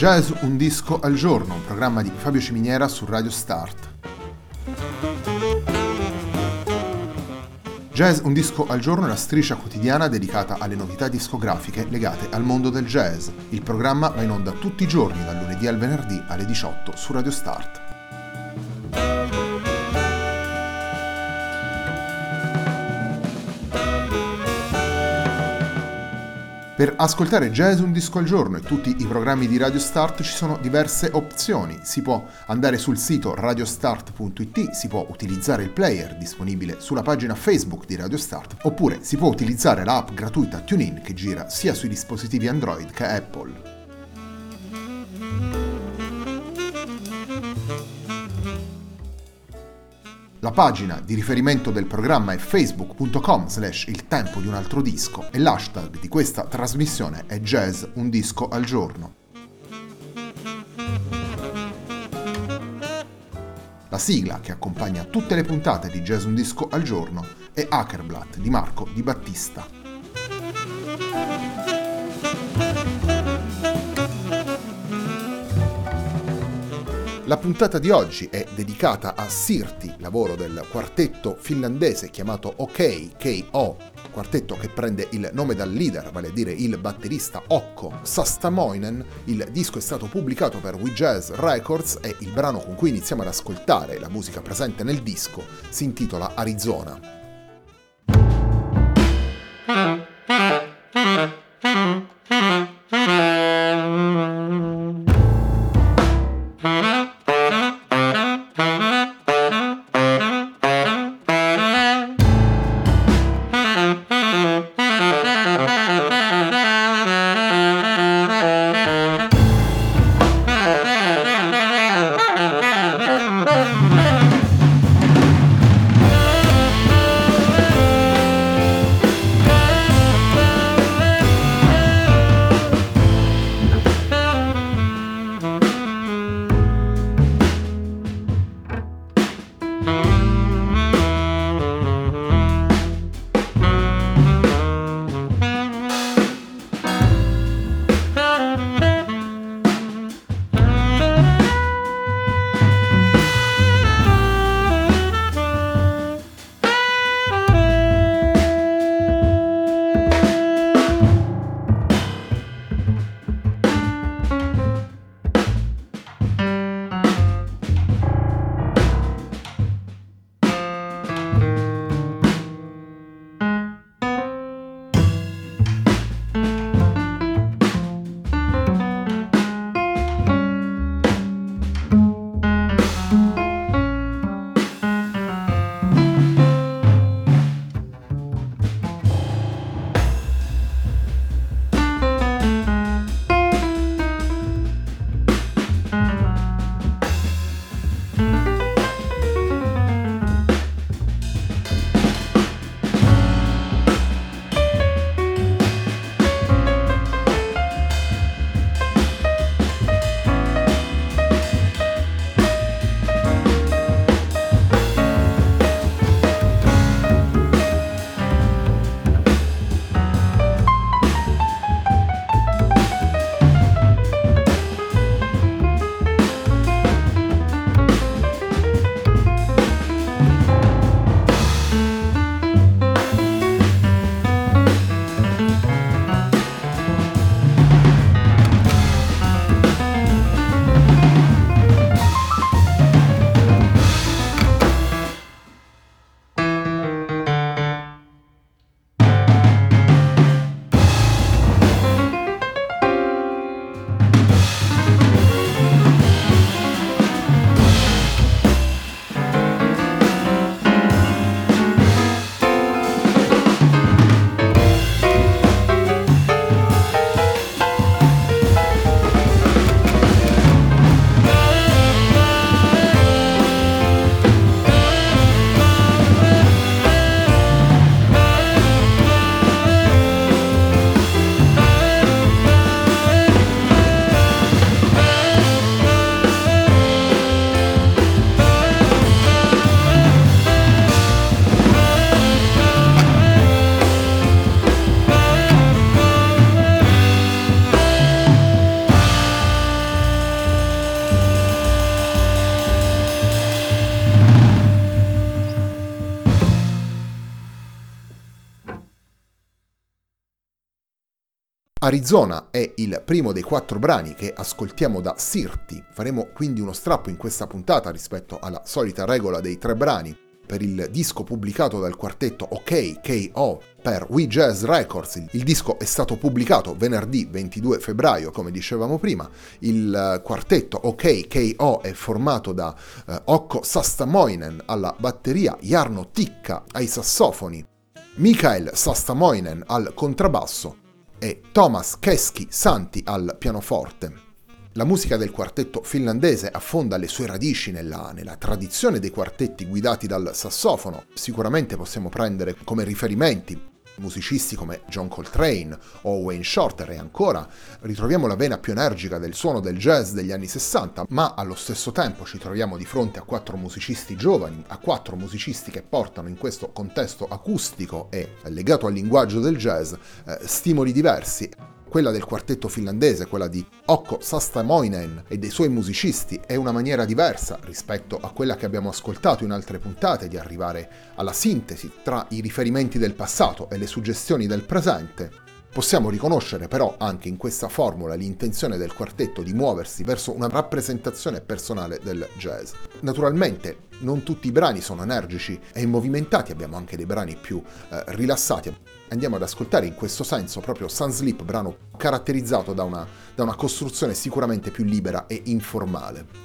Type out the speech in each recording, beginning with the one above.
Jazz un disco al giorno, un programma di Fabio Ciminiera su Radio Start. Jazz un disco al giorno è la striscia quotidiana dedicata alle novità discografiche legate al mondo del jazz. Il programma va in onda tutti i giorni, dal lunedì al venerdì alle 18 su Radio Start. Per ascoltare Jazz un disco al giorno e tutti i programmi di Radio Start ci sono diverse opzioni. Si può andare sul sito radiostart.it, si può utilizzare il player disponibile sulla pagina Facebook di Radio Start, oppure si può utilizzare l'app gratuita TuneIn che gira sia sui dispositivi Android che Apple. La pagina di riferimento del programma è facebook.com/il tempo di un altro disco e l'hashtag di questa trasmissione è Jazz un disco al giorno. La sigla che accompagna tutte le puntate di Jazz un disco al giorno è Hackerblatt di Marco Di Battista. La puntata di oggi è dedicata a Sirti, lavoro del quartetto finlandese chiamato OK, K.O., quartetto che prende il nome dal leader, vale a dire il batterista Okko Sastamoinen. Il disco è stato pubblicato per We Jazz Records e il brano con cui iniziamo ad ascoltare la musica presente nel disco si intitola Arizona. Arizona è il primo dei 4 brani che ascoltiamo da Sirti. Faremo quindi uno strappo in questa puntata rispetto alla solita regola dei 3 brani per il disco pubblicato dal quartetto OK K.O. per We Jazz Records. Il disco è stato pubblicato venerdì 22 febbraio, come dicevamo prima. Il quartetto OK K.O. è formato da Okko Sastamoinen alla batteria, Jarno Tikka ai sassofoni, Mikael Sastamoinen al contrabbasso e Thomas Keski Santi al pianoforte. La musica del quartetto finlandese affonda le sue radici nella tradizione dei quartetti guidati dal sassofono. Sicuramente possiamo prendere come riferimenti musicisti come John Coltrane o Wayne Shorter, e ancora ritroviamo la vena più energica del suono del jazz degli anni 60, ma allo stesso tempo ci troviamo di fronte a 4 musicisti giovani, a 4 musicisti che portano in questo contesto acustico e legato al linguaggio del jazz stimoli diversi. Quella del quartetto finlandese, quella di Okko Sastamoinen e dei suoi musicisti, è una maniera diversa rispetto a quella che abbiamo ascoltato in altre puntate, di arrivare alla sintesi tra i riferimenti del passato e le suggestioni del presente. Possiamo riconoscere però anche in questa formula l'intenzione del quartetto di muoversi verso una rappresentazione personale del jazz. Naturalmente non tutti i brani sono energici e movimentati, abbiamo anche dei brani più rilassati. Andiamo ad ascoltare in questo senso proprio Sun Sleep, brano caratterizzato da una costruzione sicuramente più libera e informale.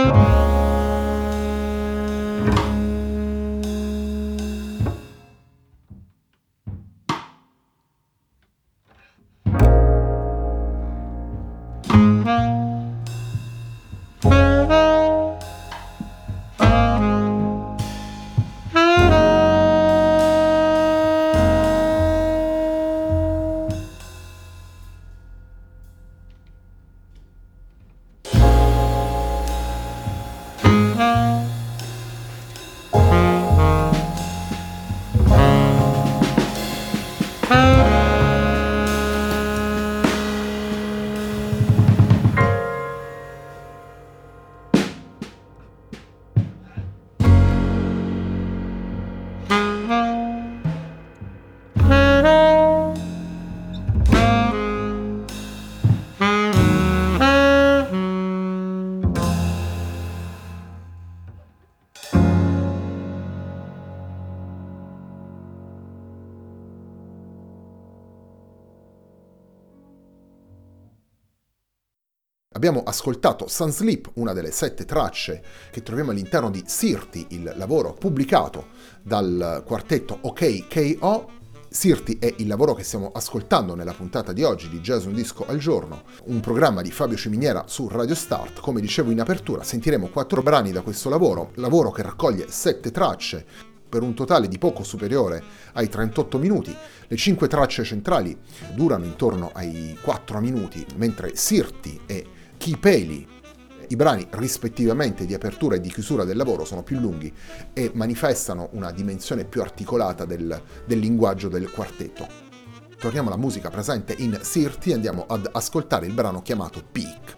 Abbiamo ascoltato Sun Sleep, una delle 7 tracce che troviamo all'interno di Sirti, il lavoro pubblicato dal quartetto OK KO. Sirti è il lavoro che stiamo ascoltando nella puntata di oggi di Jazz Un Disco al Giorno, un programma di Fabio Ciminiera su Radio Start. Come dicevo in apertura, sentiremo 4 brani da questo lavoro che raccoglie 7 tracce, per un totale di poco superiore ai 38 minuti. Le 5 tracce centrali durano intorno ai 4 minuti, mentre Sirti e Kipeli, i brani rispettivamente di apertura e di chiusura del lavoro, sono più lunghi e manifestano una dimensione più articolata del linguaggio del quartetto. Torniamo alla musica presente in Sirti e andiamo ad ascoltare il brano chiamato Peak.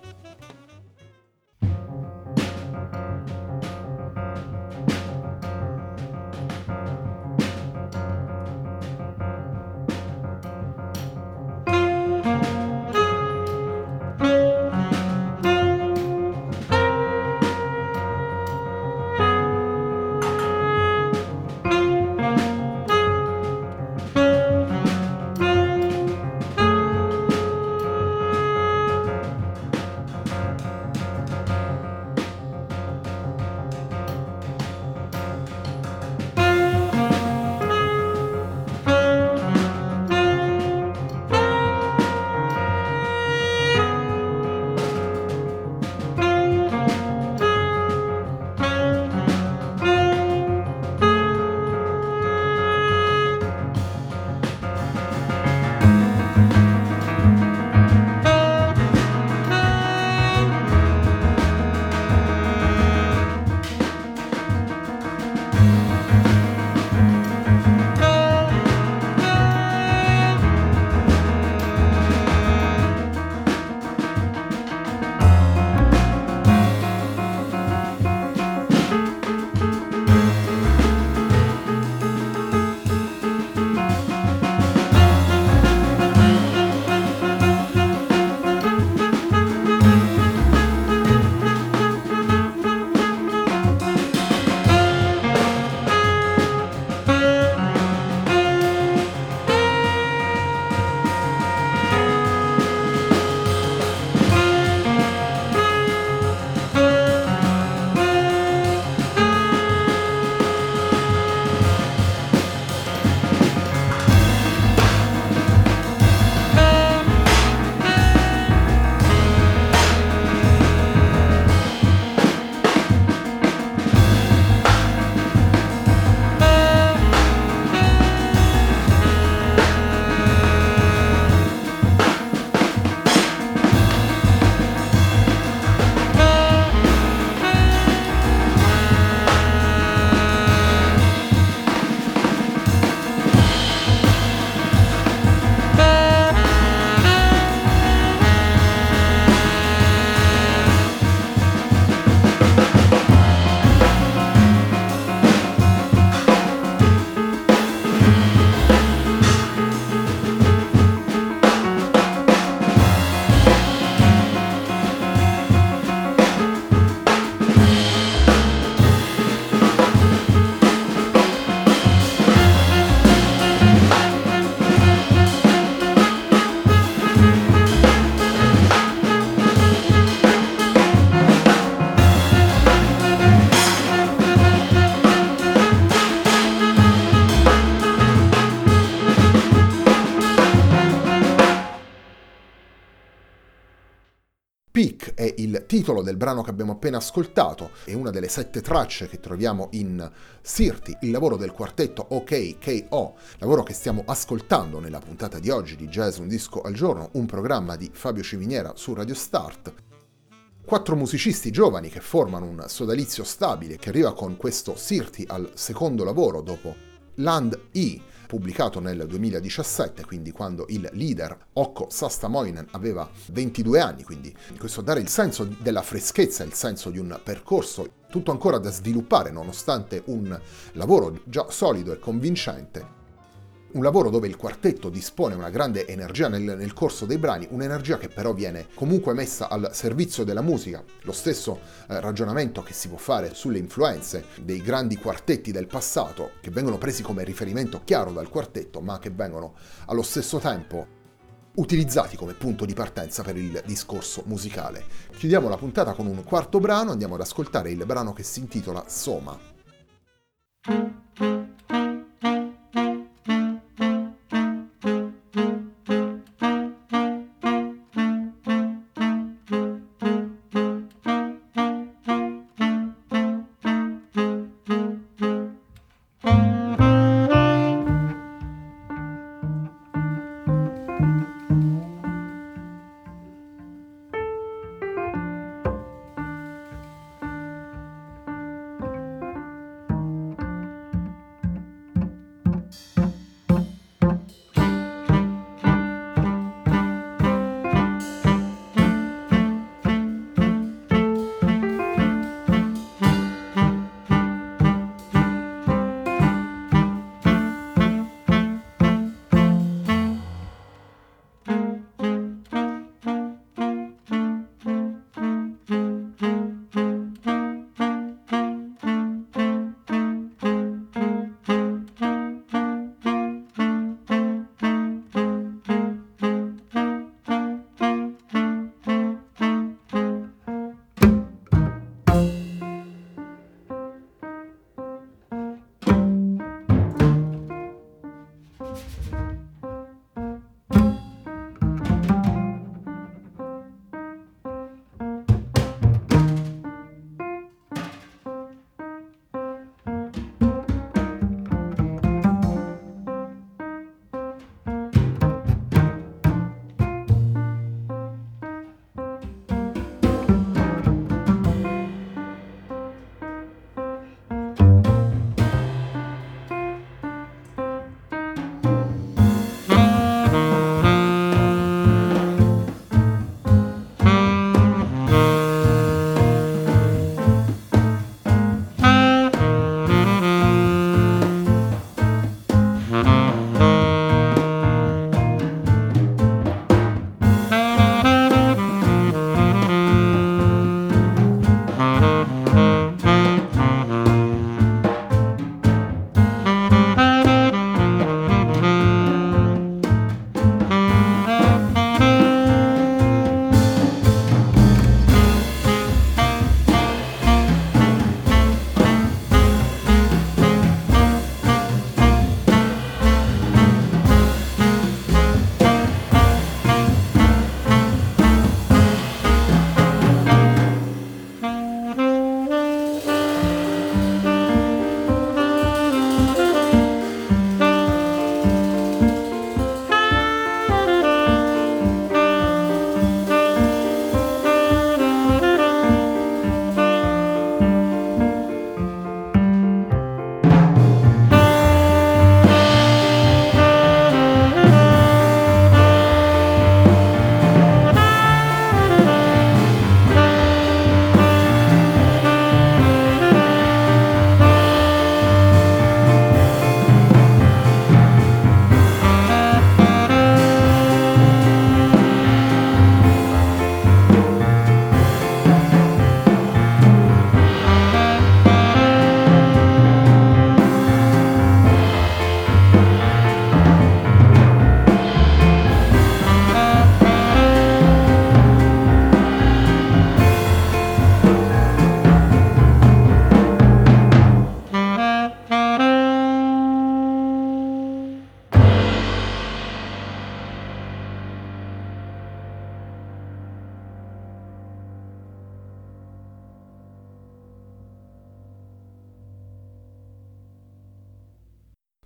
titolo del brano che abbiamo appena ascoltato è una delle 7 tracce che troviamo in Sirti, il lavoro del quartetto OKKO, lavoro che stiamo ascoltando nella puntata di oggi di Jazz Un Disco al Giorno, un programma di Fabio Ciminiera su Radio Start. 4 musicisti giovani che formano un sodalizio stabile che arriva con questo Sirti al secondo lavoro dopo Land E, pubblicato nel 2017, quindi quando il leader Okko Sastamoinen aveva 22 anni, quindi questo dare il senso della freschezza, il senso di un percorso tutto ancora da sviluppare nonostante un lavoro già solido e convincente. Un lavoro dove il quartetto dispone una grande energia nel corso dei brani, un'energia che però viene comunque messa al servizio della musica. Lo stesso ragionamento che si può fare sulle influenze dei grandi quartetti del passato, che vengono presi come riferimento chiaro dal quartetto, ma che vengono allo stesso tempo utilizzati come punto di partenza per il discorso musicale. Chiudiamo la puntata con un quarto brano, andiamo ad ascoltare il brano che si intitola Soma.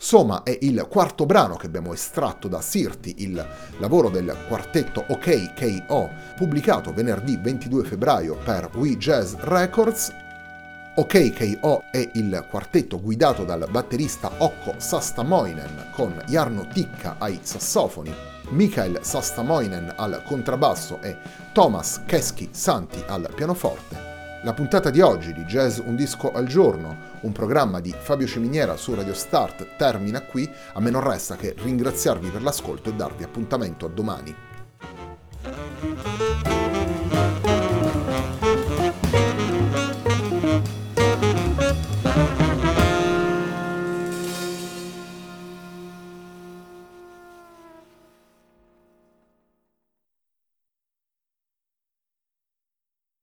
Soma è il quarto brano che abbiamo estratto da Sirti, il lavoro del quartetto OK-K-O, pubblicato venerdì 22 febbraio per We Jazz Records. OK-K-O è il quartetto guidato dal batterista Okko Sastamoinen con Jarno Tikka ai sassofoni, Mikael Sastamoinen al contrabbasso e Thomas Keski-Santi al pianoforte. La puntata di oggi di Jazz Un Disco al Giorno, un programma di Fabio Ciminiera su Radio Start, termina qui. A me non resta che ringraziarvi per l'ascolto e darvi appuntamento a domani.